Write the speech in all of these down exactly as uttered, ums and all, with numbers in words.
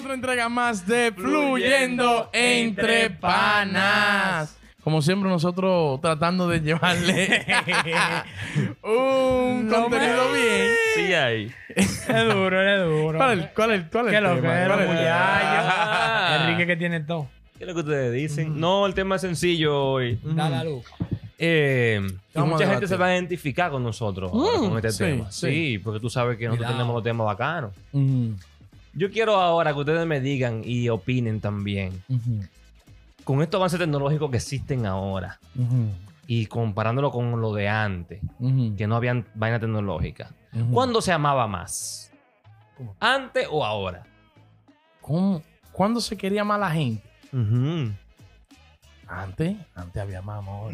otra entrega más de Fluyendo Entre Panas. Como siempre, nosotros tratando de llevarle un No contenido me... bien. Sí, hay. Es duro, es duro. ¿Cuál es, cuál es, cuál es ¿Qué el lo que tema? es? ¿Cuál es el tema? Ah. Enrique que tiene todo. ¿Qué es lo que ustedes dicen? No, el tema es sencillo hoy. Dale a luz. Eh, y Vamos a mucha gente debatir. se va a identificar con nosotros ahora, con este sí, tema. sí. Sí. porque tú sabes que nosotros Cuidado. tenemos los temas bacanos. Ujú, Yo quiero ahora que ustedes me digan y opinen también. ujú, Con estos avances tecnológicos que existen ahora ujú, y comparándolo con lo de antes, ujú, que no habían vaina tecnológica. ujú. ¿Cuándo se amaba más? ¿Cómo? ¿Antes o ahora? ¿Cómo? ¿Cuándo se quería más la gente? Ujú. Antes, antes había más amor.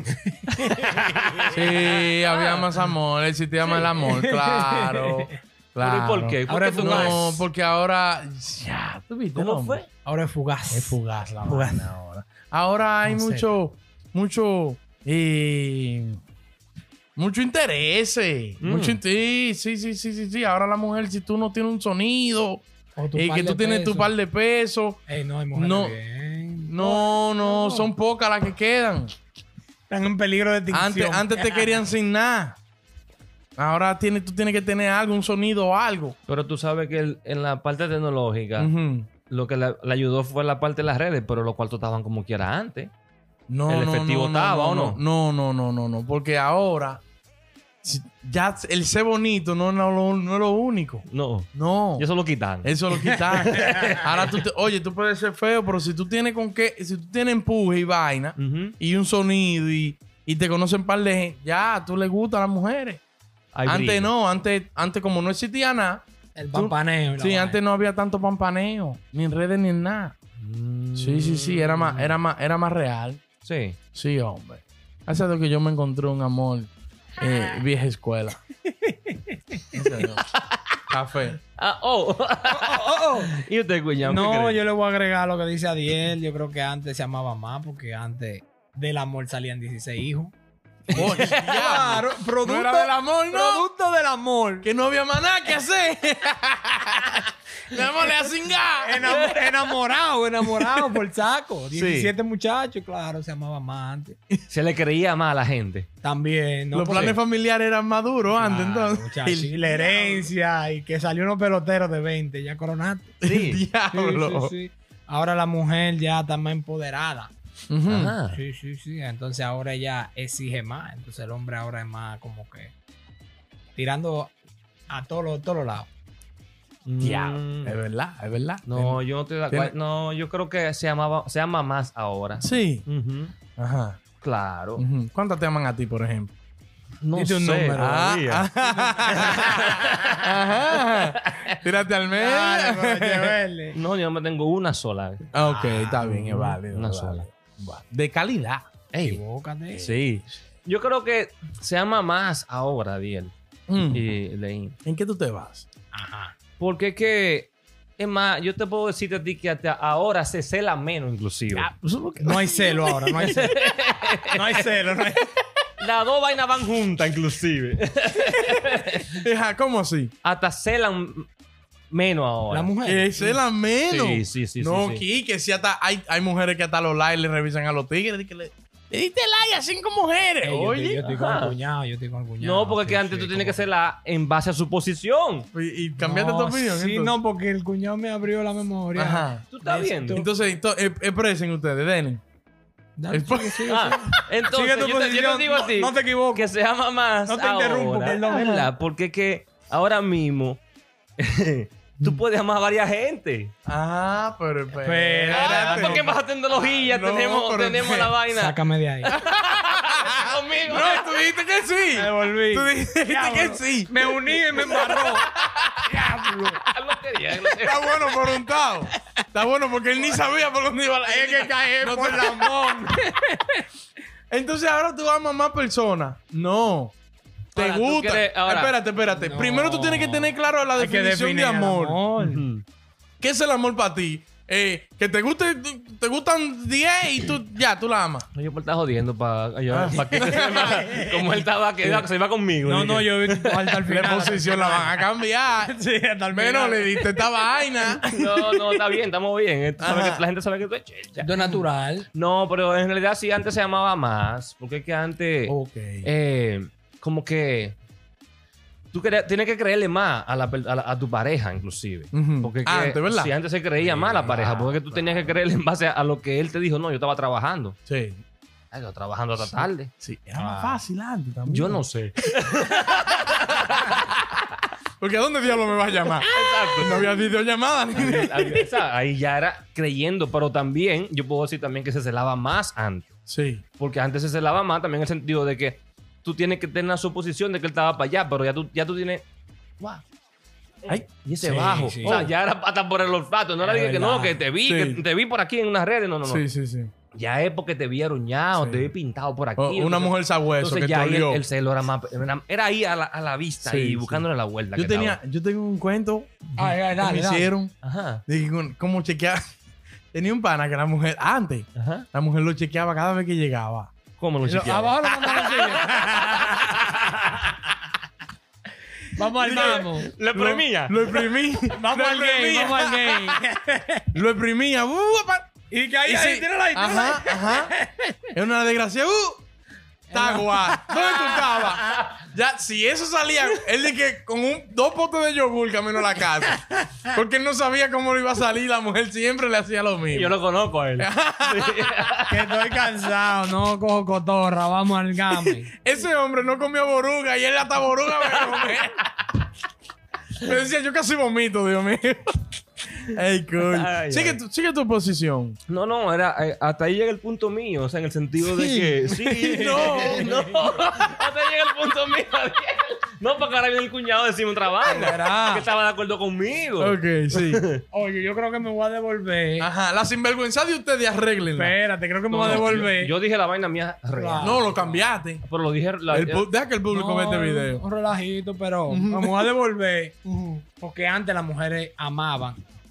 Sí, había más amor, existía más el amor, claro. ¿Pero claro. y por qué? ¿Por Ahora qué es tú fugaz. No, crees? porque ahora. Ya, ¿tú viste? ¿Cómo hombre? fue? Ahora es fugaz. Es fugaz la Fugaz. vaina ahora. Ahora hay No sé. mucho, mucho, eh, mucho interés. Mm. Mucho interés. Sí, sí, sí, sí, sí. Ahora la mujer, si tú no tienes un sonido O tu y par que de tú tienes tu pesos. par de pesos, Ey, no, hay mujeres No. bien. no, no, son pocas las que quedan. Están en peligro de extinción. Antes, antes te querían sin nada. Ahora tienes, tú tienes que tener algo, un sonido o algo. Pero tú sabes que el- en la parte tecnológica, Ujú. lo que le, le ayudó fue la parte de las redes, pero los cuartos estaban como quiera antes. No, ¿El no, efectivo no, no, estaba no, o no? No, no, no, no, no. Porque ahora si- ya el ser bonito no, no, no, no es lo único. No. No. Y eso lo quitan. Eso lo quitan. Ahora tú te, oye, tú puedes ser feo, pero si tú tienes con qué, si tú tienes empuje y vaina Ujú. y un sonido y, y te conocen par de gente, ya tú le gustan a las mujeres. Hay Antes brillo. no, antes, antes como no existía nada. El tú- pampaneo. y la Sí, vaina. antes no había tanto pampaneo, ni en redes ni en nada. Mm. Sí, sí, sí, era más, era más, era más real. Sí. Sí, hombre. Hace rato que yo me encontré un amor eh, vieja escuela. En serio. Café. Ah, oh. ¿Y usted, Cuñado? No, yo le voy a agregar lo que dice Adiel. Yo creo que antes se amaba más porque antes del amor salían dieciséis hijos. Oye, Claro, diablo. producto, No era del amor, ¿no? producto del amor. Que no había más nada que hacer. Le amor le a cingar. Enamo- enamorado, enamorado por saco. diecisiete muchachos, claro, se amaba más antes. Se le creía más a la gente. También, ¿no? Los Porque- planes familiares eran más duros antes, Claro, entonces. muchachos, y la herencia y que salió unos peloteros de veinte, ya coronaste. El Sí. diablo. Sí, sí, sí. Ahora la mujer ya está más empoderada. Ujú. Ajá. Sí, sí, sí. Entonces ahora ella exige más. Entonces el hombre ahora es más como que tirando a todos los, todos los lados. Diablo. Mm. Es verdad, es verdad. No, yo no estoy de Tiene- acuerdo. No, yo creo que se amaba, se ama más ahora. Sí. Ujú. Ajá. Claro. Ujú. ¿Cuántas te aman a ti, por ejemplo? No Dite un sé número. todavía. Ajá. Tírate al medio. No, yo no tengo una sola. Ah, ok, está bien, es válido. Una es sola. válido. De calidad. Ey, Equivócate. sí. Yo creo que se ama más ahora, Diel Mm. y Leín. ¿En qué tú te vas? Ajá. Porque es que, es más, yo te puedo decir a ti que hasta ahora se cela menos, inclusive. Eso es lo que- No hay celo ahora, no hay celo. No hay celo, no hay Las dos vainas van juntas, inclusive. Ajá, ¿cómo así? Hasta celan menos ahora. La mujer. Es el menos. Sí, sí, sí, No, sí, sí. Quique, si hasta hay, hay mujeres que hasta los likes le revisan a los tigres. y que le, le diste like a cinco mujeres. Ey, yo, estoy, Oye. yo estoy con Ajá. el cuñado, yo estoy con el cuñado. No, porque Sí, que antes sí, tú tienes que como- hacerla en base a su posición. Y, y cambiaste No, tu opinión. Sí, entonces? no, porque el cuñado me abrió la memoria. Ajá. ¿Tú estás Eso, viendo? tú- Entonces, ento- eh, expresen ustedes, denle. Dale, Es por- sigue, sigue, Ah, sigue. entonces, Sigue tu yo te, yo posición, te digo a ti no, no te equivoques. que se ama más No te interrumpo, ahora, perdón. ¿verdad? Porque es que ahora mismo tú puedes amar a varias gente. Ah, pero espérate. Espérate. Porque más tecnología No, tenemos, pero tenemos espérate. la vaina. Sácame de ahí. Conmigo. No, tú dijiste que sí. Me volví. Tú dijiste Diablo. que sí. Me uní y me embarró. Diablo. Lotería, lotería. Está bueno por un tao. Está bueno porque él ni sabía por dónde iba la Hay que caer No por te- la mon. Entonces ahora tú amas más personas. No. Te Ahora, tú gusta. quieres- ahora- espérate, espérate. No. Primero tú tienes que tener claro la Hay que definición definir de amor. Ujú. ¿Qué es el amor para ti? eh, que te guste, te gustan diez y tú, ya, tú la amas. No, yo por estar jodiendo para Ah. que como él estaba, que iba- se iba conmigo. No, dije. no, yo hasta el La final. posición la van a cambiar. Sí, hasta el Menos final. le diste esta vaina. No, no, está bien, estamos bien. Esto sabe Ajá. que- la gente sabe que tú es chicha. Esto es natural. No, pero en realidad sí, antes se llamaba más. Porque es que antes, Ok. eh, como que tú querías- tienes que creerle más a, la, per- a, la- a tu pareja, inclusive. Ujú. Porque es que, Antes, ¿verdad? Sí, antes se creía más a la pareja. Porque tú tenías que creerle en base a, a lo que él te dijo. No, yo estaba trabajando. Sí. Ay, yo trabajando hasta tarde. Sí, era más Ah. fácil antes también. Yo no sé. Porque ¿a dónde diablo me vas a llamar? Exacto. No había videollamada. ni- O sea, ahí ya era creyendo. Pero también, yo puedo decir también que se celaba más antes. Sí. Porque antes se celaba más también en el sentido de que tú tienes que tener la suposición de que él estaba para allá, pero ya tú, ya tú tienes. ¡Guau! Ay, y ese Sí, bajo. sí. O sea, ya era hasta por el olfato. No era Es de que no, verdad. que te vi, Sí. que te vi por aquí en unas redes. No, no, no. Sí, sí, sí. Ya es porque te vi aruñado, Sí. te vi pintado por aquí. O- una Entonces- mujer sabueso Entonces que ya te ahí el, olió. el celo era más. Era, era ahí a la, a la vista Sí, y sí. buscándole la vuelta. Yo que tenía, estaba. yo tengo un cuento Ay, ay, que dale, me dale. hicieron. Ajá. De que con- cómo chequear. Tenía un pana que la mujer, antes, Ajá. la mujer lo chequeaba cada vez que llegaba. ¿Cómo lo Lo- chequeaba? Abajo lo mandamos así. Vamos al vamos. ¿Le premia? Lo imprimí. Vamos lo al game, imprimía. vamos al game. Lo imprimía. Uh, pa- Y que ahí, y ahí, sí. tírala ahí, tírala ahí. Ajá, ajá. Es una desgracia. Uh, está guay. ¿Dónde tú estabas? Ya, si eso salía, él de que con un, dos potes de yogur camino a la casa. Porque él no sabía cómo lo iba a salir. La mujer siempre le hacía lo mismo. Yo lo conozco a él. Que estoy cansado, no cojo cotorra, vamos al game. Ese hombre no comió boruga y él hasta boruga me comía. Me decía, yo casi vomito, Dios mío. Ey, coño. Ay, Sigue, ay. tu, sigue tu posición. No, no, era eh, hasta ahí llega el punto mío, o sea, en el sentido de que sí, no, no, hasta ahí llega el punto mío. Ariel. No, porque ahora viene el cuñado a decirme otra vaina, Verá. que estaba de acuerdo conmigo. Ok, sí. Oye, yo creo que me voy a devolver. Ajá, la sinvergüenza de ustedes arreglenla. Espérate, creo que me No, voy a no, devolver. Yo, yo dije la vaina mía real, No, lo cambiaste. pero lo dije la, El pu- deja que el público vea este video. Un relajito, pero me voy a devolver. Porque antes las mujeres amaban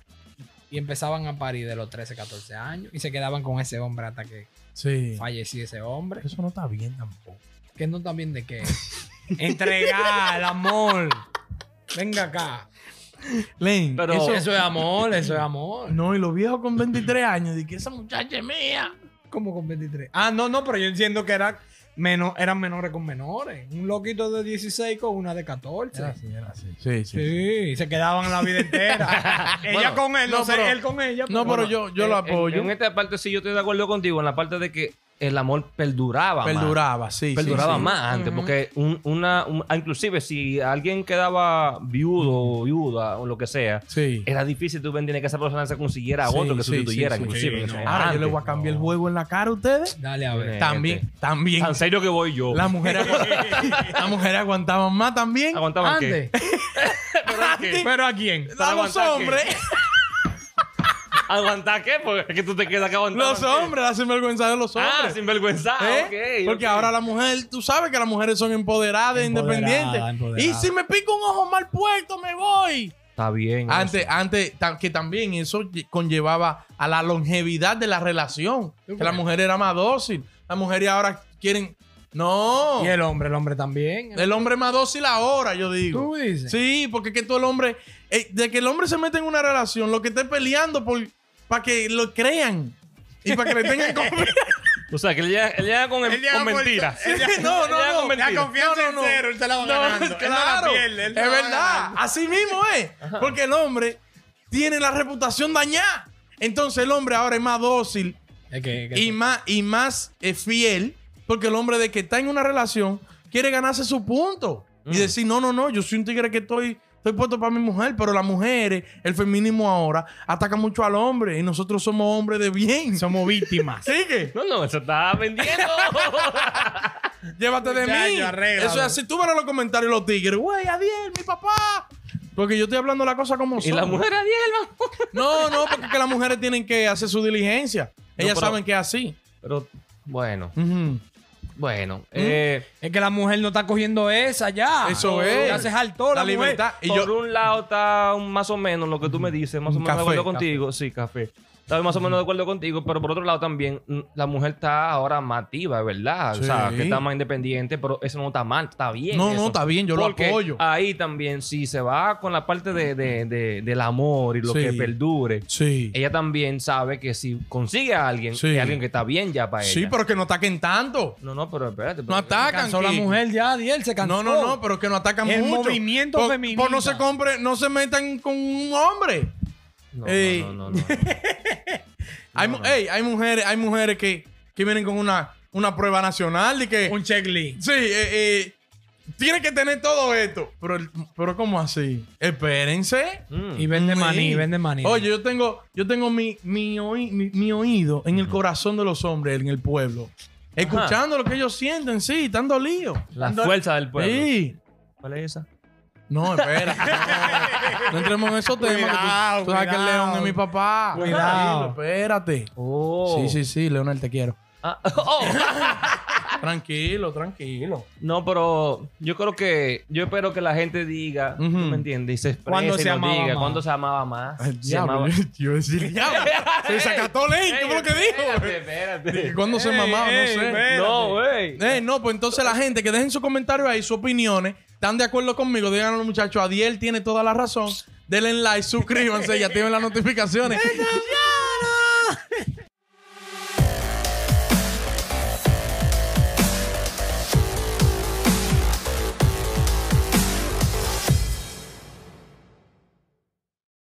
y empezaban a parir de los trece, catorce años y se quedaban con ese hombre hasta que Sí. falleció ese hombre. Eso no está bien tampoco. Que no también de qué. Entregar, amor. Venga acá. Len, Pero- eso, Eso es amor, eso es amor. No, y los viejos con veintitrés años, de que esa muchacha es mía. ¿Cómo con veintitrés? Ah, no, no, pero yo entiendo que era menor, eran menores con menores. Un loquito de dieciséis con una de catorce. Era así, era así. Sí, sí. Sí, se quedaban la vida entera. ella Bueno, con él, no, no, sé, pero- él con ella. No, pero yo, yo lo En- apoyo. En, esta parte sí yo estoy de acuerdo contigo, en la parte de que el amor perduraba más. Perduraba, sí. sí, Perduraba sí. más antes, porque un- una, un- ah, inclusive si alguien quedaba viudo o viuda o lo que sea, Sí. era difícil tú vendías que esa persona se consiguiera a Sí, otro que sí, sustituyera, sí, sí. inclusive. Sí, en no. ese- Ahora yo antes. le voy a cambiar el juego en la cara a ustedes. Dale a ver. Eh, También, gente. también. Tan serio que voy yo. Las mujeres, agu- las mujeres aguantaban más también. ¿Aguantaban qué? Antes. Antes. ¿Pero a quién? A los aguantar qué? hombres. ¿Aguantar qué? Porque es que tú te quedas que aguantar. Los hombres, la sinvergüenza de los hombres. Ah, sinvergüenza. ¿Eh? ok, Porque ok. ahora la mujer, tú sabes que las mujeres son empoderadas, e Empoderada, independientes. empoderada. Y si me pico un ojo mal puesto, me voy. Está bien. Antes, eso. antes ta- que también eso lle- conllevaba a la longevidad de la relación. Que la mujer era más dócil. Las mujeres ahora quieren. No. Y el hombre, el hombre también. El hombre es más dócil ahora, yo digo. ¿Tú dices? Sí, porque que todo el hombre. eh, de que el hombre se mete en una relación, lo que esté peleando por para que lo crean. Y para que le tengan confianza. O sea, que él llega, él llega con, Él llega con por- mentiras. él llega- No, no, Él llega no. con La mentiras. confianza No, no, en no. cero, él se la va No, ganando. Él no claro. la pierde, él se Es la va verdad. ganando. Así mismo es. Porque el hombre tiene la reputación dañada. Entonces el hombre ahora es más dócil Es que, que- y más, y más eh, fiel. Porque el hombre de que está en una relación quiere ganarse su punto. Y decir, no, no, no, yo soy un tigre que estoy, estoy puesto para mi mujer. Pero las mujeres, el feminismo ahora, ataca mucho al hombre. Y nosotros somos hombres de bien. somos víctimas. Sigue. No, no, se está vendiendo. Llévate de Muchacho, mí. arréglalo. Eso es así. Tú verás los comentarios de los tigres. Güey, Adiel, mi papá. Porque yo estoy hablando la cosa como y son. la mujer Adiel, vamos. No, no, porque que las mujeres tienen que hacer su diligencia. Ellas pero- saben que es así. Pero, bueno. Ujú. Bueno, eh, Es que la mujer no está cogiendo esa ya. Eso Ya es. Ya se saltó la, La mujer. libertad. Y por yo, un lado está un- más o menos lo que tú me dices, más o menos Café, de acuerdo contigo. Sí, café. Estaba más o menos de acuerdo contigo, pero por otro lado también mm, la mujer está ahora más activa, ¿verdad? Sí. O sea, que está más independiente, pero eso no está mal, está bien. no, eso. no, está bien, yo Porque lo apoyo. ahí también, si se va con la parte de, de- de- del amor y lo Sí. que perdure, Sí. ella también sabe que si consigue a alguien, Sí. es alguien que está bien ya para ella. Sí, pero que no ataquen tanto. No, no, pero espérate. No pero- Se atacan. cansó la Kiki. mujer ya, Diel, se cansó. No, no, no, pero que no atacan El mucho. movimiento Por- feminista. por no se compre, no se metan con un hombre. No, Ey. no, no, no, no. Hay, mu- ey, hay mujeres, hay mujeres que, que vienen con una, una prueba nacional y que Un checklist. sí, eh, eh, tiene que tener todo esto. Pero, pero ¿cómo así? Espérense. Mm. Y vende maní, Sí. vende maní. Oye, yo tengo, yo tengo mi, mi, oí- mi, mi oído en el corazón de los hombres en el pueblo. Escuchando lo que ellos sienten, sí, están dolidos. La fuerza del pueblo. Sí. ¿Cuál es esa? No, espera. No, no entremos en esos temas. que tú- Cuidado, tú, sabes que el cuidado. león es mi papá. Cuidado. Tranquilo, espérate. Oh. Sí, sí, sí, Leonel, te quiero. Ah, oh. Tranquilo, tranquilo. No, pero yo creo que... Yo espero que la gente diga... Ujú. ¿Tú me entiendes? Y se exprese ¿Cuándo y se lo amaba diga. más? ¿Cuándo se amaba más? El Se diablo. amaba- Yo, yo decía, diablo. Se desacató Ley. ¿Qué fue lo que dijo? Espérate, espérate. ¿Cuándo se Ey, mamaba? No ey, sé. espérate. No, güey. Eh, no, pues entonces la gente que dejen sus comentarios ahí, sus opiniones, están de acuerdo conmigo, digan a los muchachos, Adiel tiene toda la razón, denle like, suscríbanse y activen las notificaciones.